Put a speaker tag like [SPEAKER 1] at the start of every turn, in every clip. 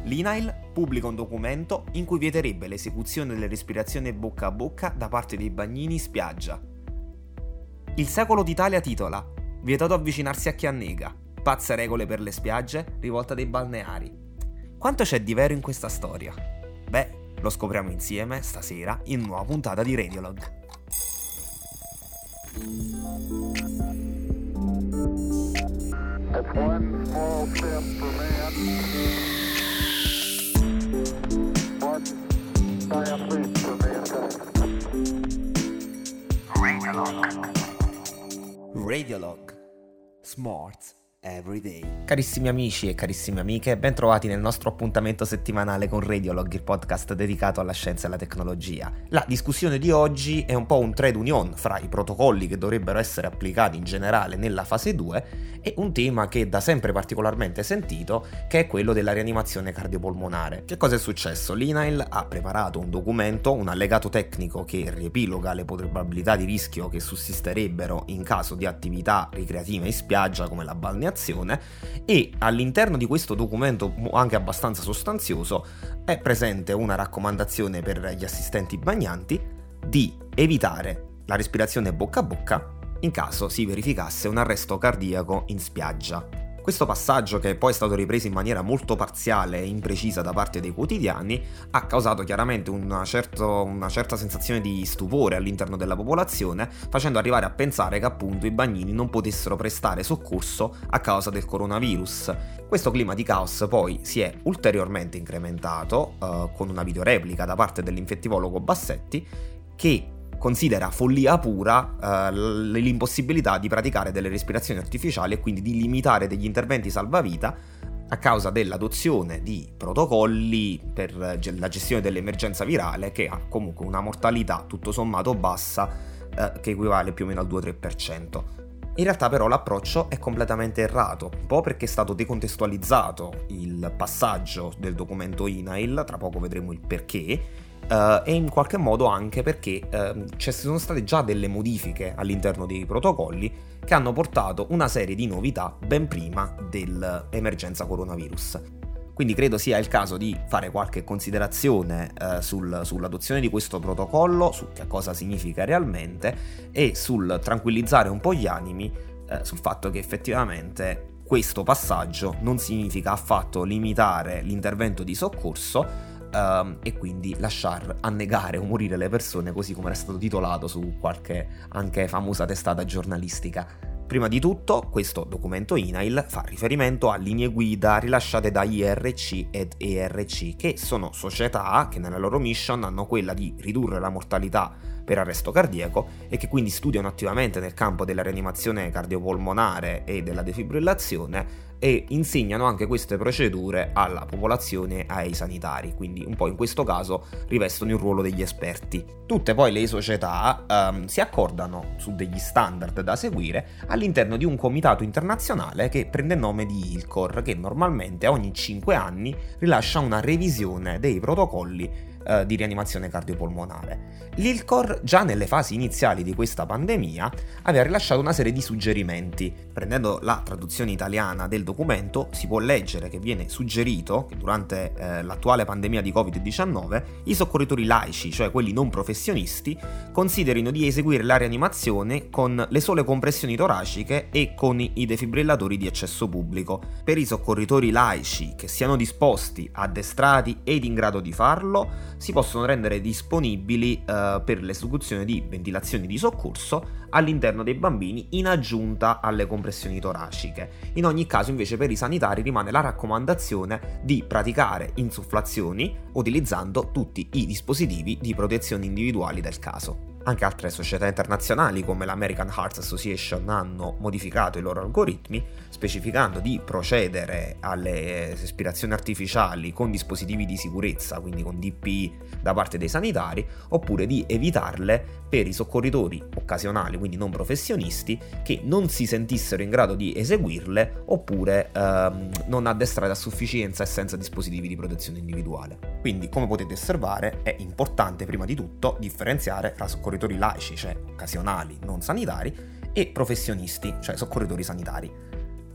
[SPEAKER 1] L'INAIL pubblica un documento in cui vieterebbe l'esecuzione delle respirazioni bocca a bocca da parte dei bagnini in spiaggia. Il Secolo d'Italia titola "Vietato avvicinarsi a chi annega, pazze regole per le spiagge, rivolta dei balneari". Quanto c'è di vero in questa storia? Beh, lo scopriamo insieme stasera in una nuova puntata di Radiolog. Radiolog. Smart Everyday. Carissimi amici e carissime amiche, ben trovati nel nostro appuntamento settimanale con Radiolog, il podcast dedicato alla scienza e alla tecnologia. La discussione di oggi è un po' un trade union fra i protocolli che dovrebbero essere applicati in generale nella fase 2 e un tema che è da sempre particolarmente sentito, che è quello della rianimazione cardiopolmonare. Che cosa è successo? L'INAIL ha preparato un documento, un allegato tecnico che riepiloga le probabilità di rischio che sussisterebbero in caso di attività ricreative in spiaggia come la balneazione, e all'interno di questo documento anche abbastanza sostanzioso è presente una raccomandazione per gli assistenti bagnanti di evitare la respirazione bocca a bocca in caso si verificasse un arresto cardiaco in spiaggia. Questo passaggio, che poi è stato ripreso in maniera molto parziale e imprecisa da parte dei quotidiani, ha causato chiaramente una certa sensazione di stupore all'interno della popolazione, facendo arrivare a pensare che appunto i bagnini non potessero prestare soccorso a causa del coronavirus. Questo clima di caos poi si è ulteriormente incrementato con una videoreplica da parte dell'infettivologo Bassetti, che considera follia pura l'impossibilità di praticare delle respirazioni artificiali e quindi di limitare degli interventi salvavita a causa dell'adozione di protocolli per la gestione dell'emergenza virale che ha comunque una mortalità tutto sommato bassa che equivale più o meno al 2-3%. In realtà però l'approccio è completamente errato, un po' perché è stato decontestualizzato il passaggio del documento INAIL, tra poco vedremo il perché, e in qualche modo anche perché ci sono state già delle modifiche all'interno dei protocolli che hanno portato una serie di novità ben prima dell'emergenza coronavirus. Quindi credo sia il caso di fare qualche considerazione sull'adozione di questo protocollo, su che cosa significa realmente e sul tranquillizzare un po' gli animi sul fatto che effettivamente questo passaggio non significa affatto limitare l'intervento di soccorso e quindi lasciar annegare o morire le persone, così come era stato titolato su qualche anche famosa testata giornalistica. Prima di tutto, questo documento INAIL fa riferimento a linee guida rilasciate da IRC ed ERC, che sono società che nella loro mission hanno quella di ridurre la mortalità per arresto cardiaco e che quindi studiano attivamente nel campo della rianimazione cardiopolmonare e della defibrillazione e insegnano anche queste procedure alla popolazione e ai sanitari, quindi un po' in questo caso rivestono il ruolo degli esperti. Tutte poi le società si accordano su degli standard da seguire all'interno di un comitato internazionale che prende il nome di ILCOR, che normalmente ogni 5 anni rilascia una revisione dei protocolli di rianimazione cardiopolmonare. L'ILCOR già nelle fasi iniziali di questa pandemia aveva rilasciato una serie di suggerimenti. Prendendo la traduzione italiana del documento si può leggere che viene suggerito che durante l'attuale pandemia di Covid-19 i soccorritori laici, cioè quelli non professionisti, considerino di eseguire la rianimazione con le sole compressioni toraciche e con i defibrillatori di accesso pubblico. Per i soccorritori laici che siano disposti, addestrati ed in grado di farlo, si possono rendere disponibili per l'esecuzione di ventilazioni di soccorso all'interno dei bambini in aggiunta alle compressioni toraciche. In ogni caso invece per i sanitari rimane la raccomandazione di praticare insufflazioni utilizzando tutti i dispositivi di protezione individuali del caso. Anche altre società internazionali come l'American Heart Association hanno modificato i loro algoritmi, specificando di procedere alle respirazioni artificiali con dispositivi di sicurezza, quindi con DPI da parte dei sanitari, oppure di evitarle per i soccorritori occasionali, quindi non professionisti, che non si sentissero in grado di eseguirle oppure non addestrati a sufficienza e senza dispositivi di protezione individuale. Quindi, come potete osservare, è importante prima di tutto differenziare tra soccorritori laici, cioè occasionali, non sanitari, e professionisti, cioè soccorritori sanitari.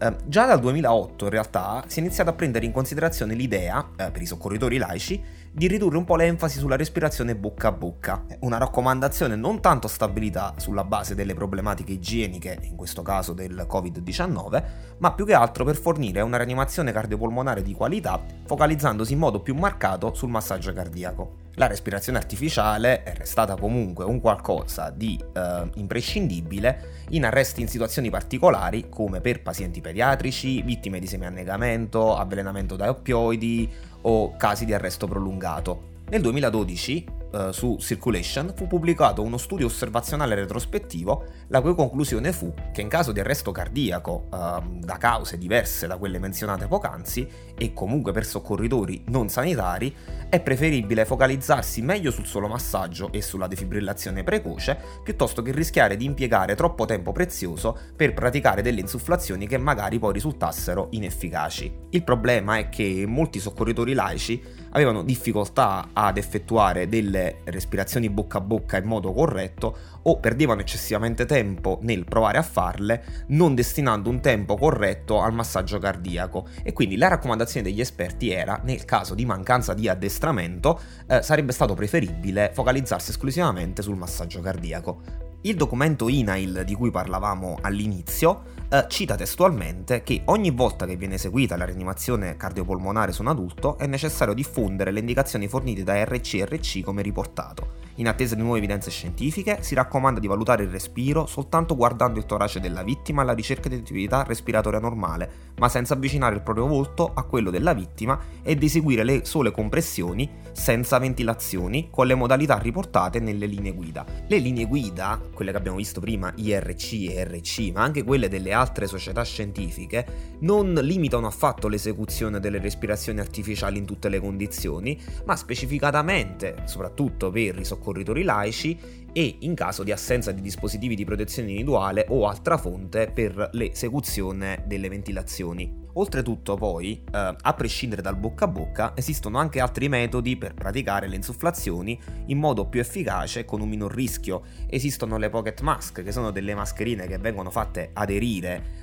[SPEAKER 1] Già dal 2008 in realtà si è iniziato a prendere in considerazione l'idea, per i soccorritori laici, di ridurre un po' l'enfasi sulla respirazione bocca a bocca, una raccomandazione non tanto stabilita sulla base delle problematiche igieniche, in questo caso del Covid-19, ma più che altro per fornire una rianimazione cardiopolmonare di qualità, focalizzandosi in modo più marcato sul massaggio cardiaco. La respirazione artificiale è restata comunque un qualcosa di imprescindibile in arresti in situazioni particolari come per pazienti pediatrici, vittime di semiannegamento, avvelenamento da oppioidi o casi di arresto prolungato. Nel 2012 su Circulation fu pubblicato uno studio osservazionale retrospettivo la cui conclusione fu che in caso di arresto cardiaco da cause diverse da quelle menzionate poc'anzi e comunque per soccorritori non sanitari è preferibile focalizzarsi meglio sul solo massaggio e sulla defibrillazione precoce piuttosto che rischiare di impiegare troppo tempo prezioso per praticare delle insufflazioni che magari poi risultassero inefficaci. Il problema è che molti soccorritori laici avevano difficoltà ad effettuare delle respirazioni bocca a bocca in modo corretto o perdevano eccessivamente tempo nel provare a farle, non destinando un tempo corretto al massaggio cardiaco. E quindi la raccomandazione degli esperti era, nel caso di mancanza di addestramento, sarebbe stato preferibile focalizzarsi esclusivamente sul massaggio cardiaco. Il documento INAIL di cui parlavamo all'inizio cita testualmente che ogni volta che viene eseguita la rianimazione cardiopolmonare su un adulto è necessario diffondere le indicazioni fornite da RC come riportato. In attesa di nuove evidenze scientifiche, si raccomanda di valutare il respiro soltanto guardando il torace della vittima alla ricerca di attività respiratoria normale, ma senza avvicinare il proprio volto a quello della vittima e di eseguire le sole compressioni senza ventilazioni con le modalità riportate nelle linee guida. Le linee guida, quelle che abbiamo visto prima, IRC e RC, ma anche quelle delle altre società scientifiche, non limitano affatto l'esecuzione delle respirazioni artificiali in tutte le condizioni, ma specificatamente, soprattutto per i soccorritori laici, e in caso di assenza di dispositivi di protezione individuale o altra fonte per l'esecuzione delle ventilazioni. Oltretutto poi, a prescindere dal bocca a bocca, esistono anche altri metodi per praticare le insufflazioni in modo più efficace con un minor rischio. Esistono le pocket mask, che sono delle mascherine che vengono fatte aderire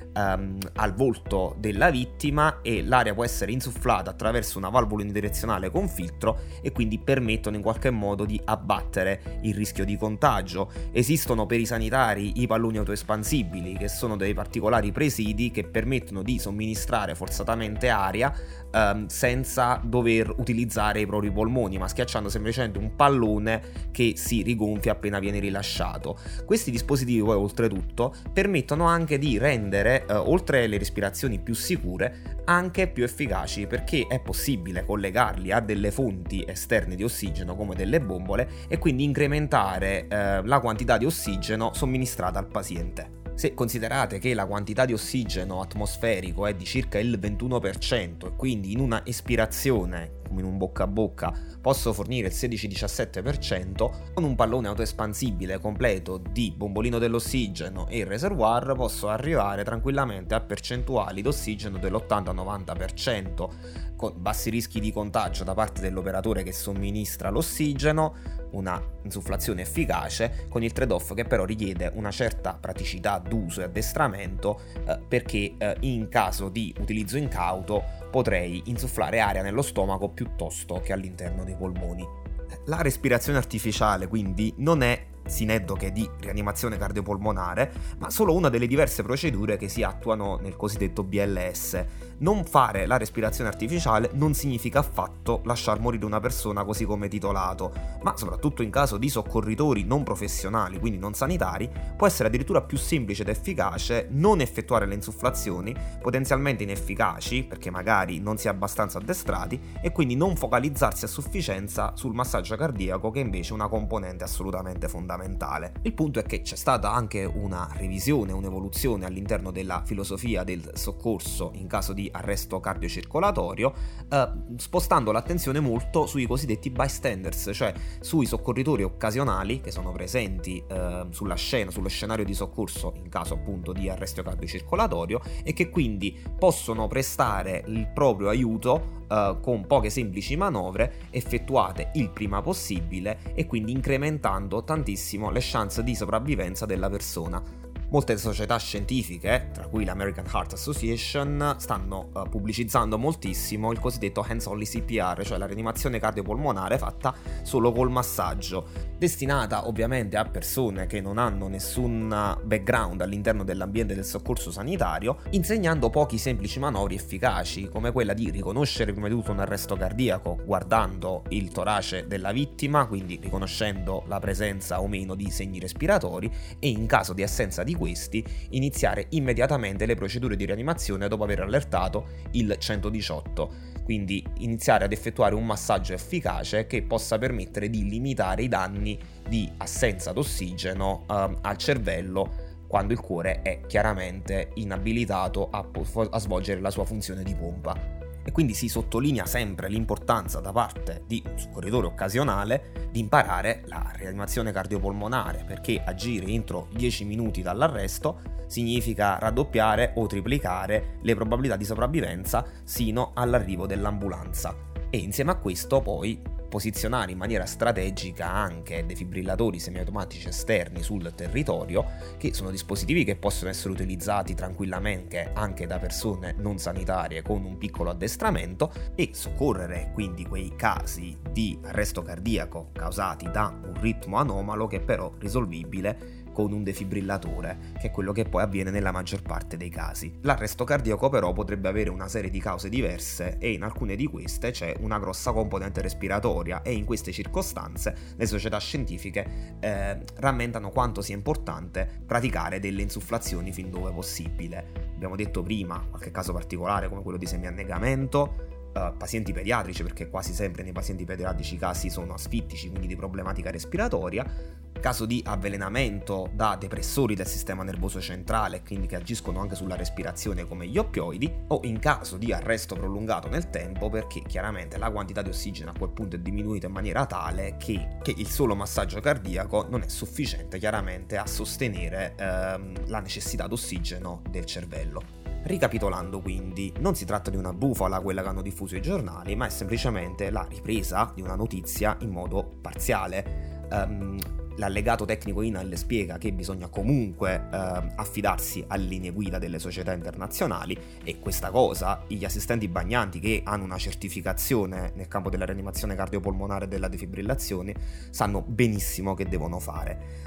[SPEAKER 1] al volto della vittima e l'aria può essere insufflata attraverso una valvola unidirezionale con filtro e quindi permettono in qualche modo di abbattere il rischio di contagio. Esistono per i sanitari i palloni autoespansibili, che sono dei particolari presidi che permettono di somministrare forzatamente aria senza dover utilizzare i propri polmoni, ma schiacciando semplicemente un pallone che si rigonfia appena viene rilasciato. Questi dispositivi poi oltretutto permettono anche di rendere, oltre le respirazioni più sicure, anche più efficaci, perché è possibile collegarli a delle fonti esterne di ossigeno come delle bombole e quindi incrementare la quantità di ossigeno somministrata al paziente. Se considerate che la quantità di ossigeno atmosferico è di circa il 21% e quindi in una espirazione, come in un bocca a bocca, posso fornire il 16-17%, con un pallone autoespansibile completo di bombolino dell'ossigeno e il reservoir posso arrivare tranquillamente a percentuali d'ossigeno dell'80-90%, con bassi rischi di contagio da parte dell'operatore che somministra l'ossigeno, una insufflazione efficace, con il trade-off che però richiede una certa praticità d'uso e addestramento perché in caso di utilizzo incauto potrei insufflare aria nello stomaco piuttosto che all'interno dei polmoni. La respirazione artificiale quindi non è sineddoche di rianimazione cardiopolmonare, ma solo una delle diverse procedure che si attuano nel cosiddetto BLS. Non fare la respirazione artificiale non significa affatto lasciar morire una persona così come titolato, ma soprattutto in caso di soccorritori non professionali, quindi non sanitari, può essere addirittura più semplice ed efficace non effettuare le insufflazioni, potenzialmente inefficaci perché magari non si è abbastanza addestrati, e quindi non focalizzarsi a sufficienza sul massaggio cardiaco, che invece è una componente assolutamente fondamentale. Il punto è che c'è stata anche una revisione, un'evoluzione all'interno della filosofia del soccorso in caso di arresto cardiocircolatorio, spostando l'attenzione molto sui cosiddetti bystanders, cioè sui soccorritori occasionali che sono presenti sulla scena, sullo scenario di soccorso in caso appunto di arresto cardiocircolatorio, e che quindi possono prestare il proprio aiuto con poche semplici manovre effettuate il prima possibile, e quindi incrementando tantissimo le chance di sopravvivenza della persona. Molte società scientifiche, tra cui l'American Heart Association, stanno pubblicizzando moltissimo il cosiddetto hands-only CPR, cioè la rianimazione cardiopolmonare fatta solo col massaggio, destinata ovviamente a persone che non hanno nessun background all'interno dell'ambiente del soccorso sanitario, insegnando pochi semplici manovri efficaci, come quella di riconoscere prima di tutto un arresto cardiaco guardando il torace della vittima, quindi riconoscendo la presenza o meno di segni respiratori, e in caso di assenza di questi iniziare immediatamente le procedure di rianimazione dopo aver allertato il 118. Quindi iniziare ad effettuare un massaggio efficace che possa permettere di limitare i danni di assenza d'ossigeno al cervello quando il cuore è chiaramente inabilitato a svolgere la sua funzione di pompa. E quindi si sottolinea sempre l'importanza da parte di un soccorritore occasionale di imparare la rianimazione cardiopolmonare, perché agire entro 10 minuti dall'arresto significa raddoppiare o triplicare le probabilità di sopravvivenza sino all'arrivo dell'ambulanza. E insieme a questo poi posizionare in maniera strategica anche defibrillatori semiautomatici esterni sul territorio, che sono dispositivi che possono essere utilizzati tranquillamente anche da persone non sanitarie con un piccolo addestramento, e soccorrere quindi quei casi di arresto cardiaco causati da un ritmo anomalo che però risolvibile con un defibrillatore, che è quello che poi avviene nella maggior parte dei casi. L'arresto cardiaco però potrebbe avere una serie di cause diverse, e in alcune di queste c'è una grossa componente respiratoria, e in queste circostanze le società scientifiche rammentano quanto sia importante praticare delle insufflazioni fin dove possibile. Abbiamo detto prima qualche caso particolare come quello di semiannegamento, pazienti pediatrici, perché quasi sempre nei pazienti pediatrici i casi sono asfittici, quindi di problematica respiratoria, caso di avvelenamento da depressori del sistema nervoso centrale, quindi che agiscono anche sulla respirazione come gli oppioidi, o in caso di arresto prolungato nel tempo, perché chiaramente la quantità di ossigeno a quel punto è diminuita in maniera tale che il solo massaggio cardiaco non è sufficiente chiaramente a sostenere la necessità d'ossigeno del cervello. Ricapitolando quindi, non si tratta di una bufala quella che hanno diffuso i giornali, ma è semplicemente la ripresa di una notizia in modo parziale. L'allegato tecnico INAIL spiega che bisogna comunque affidarsi alle linee guida delle società internazionali, e questa cosa gli assistenti bagnanti che hanno una certificazione nel campo della rianimazione cardiopolmonare e della defibrillazione sanno benissimo che devono fare.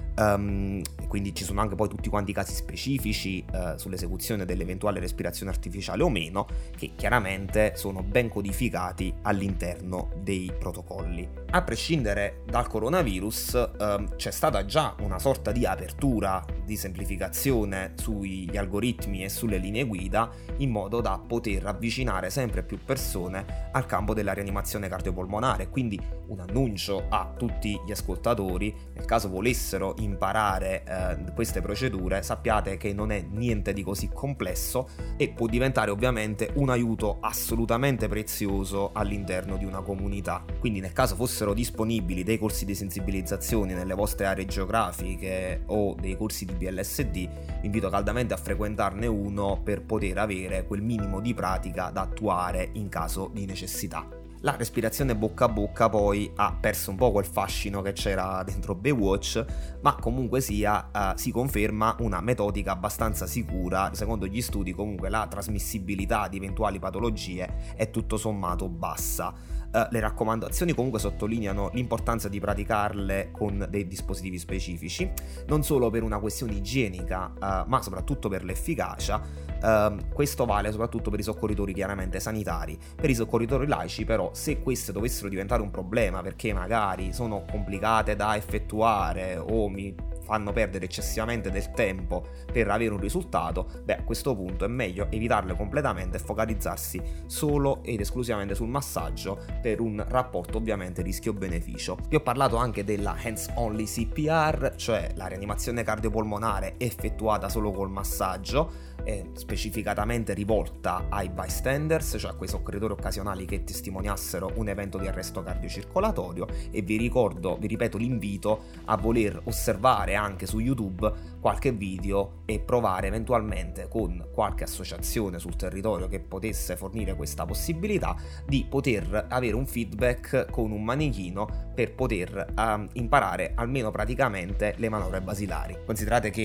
[SPEAKER 1] Quindi ci sono anche poi tutti quanti i casi specifici sull'esecuzione dell'eventuale respirazione artificiale o meno, che chiaramente sono ben codificati all'interno dei protocolli. A prescindere dal coronavirus, c'è stata già una sorta di apertura, di semplificazione sugli algoritmi e sulle linee guida, in modo da poter avvicinare sempre più persone al campo della rianimazione cardiopolmonare. Quindi un annuncio a tutti gli ascoltatori: nel caso volessero imparare queste procedure, sappiate che non è niente di così complesso e può diventare ovviamente un aiuto assolutamente prezioso all'interno di una comunità. Quindi nel caso fossero disponibili dei corsi di sensibilizzazione nelle vostre aree geografiche o dei corsi di BLSD, vi invito caldamente a frequentarne uno per poter avere quel minimo di pratica da attuare in caso di necessità. La respirazione bocca a bocca poi ha perso un po' quel fascino che c'era dentro Baywatch, ma comunque sia si conferma una metodica abbastanza sicura. Secondo gli studi comunque la trasmissibilità di eventuali patologie è tutto sommato bassa. Le raccomandazioni comunque sottolineano l'importanza di praticarle con dei dispositivi specifici, non solo per una questione igienica, ma soprattutto per l'efficacia. Questo vale soprattutto per i soccorritori chiaramente sanitari. Per i soccorritori laici però, se queste dovessero diventare un problema perché magari sono complicate da effettuare o mi fanno perdere eccessivamente del tempo per avere un risultato, a questo punto è meglio evitarle completamente e focalizzarsi solo ed esclusivamente sul massaggio, per un rapporto ovviamente rischio-beneficio. Vi ho parlato anche della hands-only CPR, cioè la rianimazione cardiopolmonare effettuata solo col massaggio, specificatamente rivolta ai bystanders, cioè a quei soccorritori occasionali che testimoniassero un evento di arresto cardiocircolatorio. E vi ripeto l'invito a voler osservare anche su YouTube qualche video e provare eventualmente con qualche associazione sul territorio che potesse fornire questa possibilità di poter avere un feedback con un manichino per poter imparare almeno praticamente le manovre basilari. Considerate che la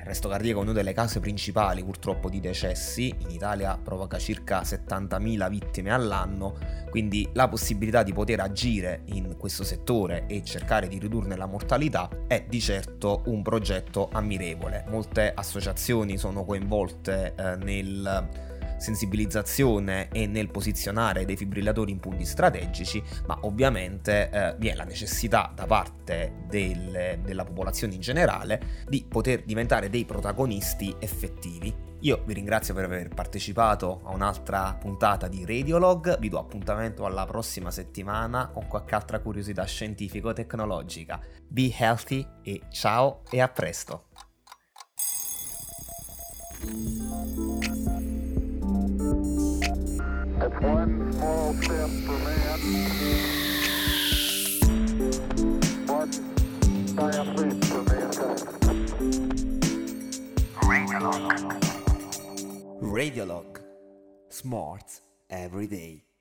[SPEAKER 1] Arresto cardiaco è una delle cause principali purtroppo di decessi, in Italia provoca circa 70.000 vittime all'anno, quindi la possibilità di poter agire in questo settore e cercare di ridurne la mortalità è di certo un progetto ammirevole. Molte associazioni sono coinvolte nel sensibilizzazione e nel posizionare dei fibrillatori in punti strategici, ma ovviamente vi è la necessità da parte della popolazione in generale di poter diventare dei protagonisti effettivi. Io vi ringrazio per aver partecipato a un'altra puntata di Radiolog, vi do appuntamento alla prossima settimana con qualche altra curiosità scientifico-tecnologica. Be healthy e ciao e a presto!
[SPEAKER 2] That's one small step for man, one giant leap for mankind.
[SPEAKER 1] Radiolog. Smart every day.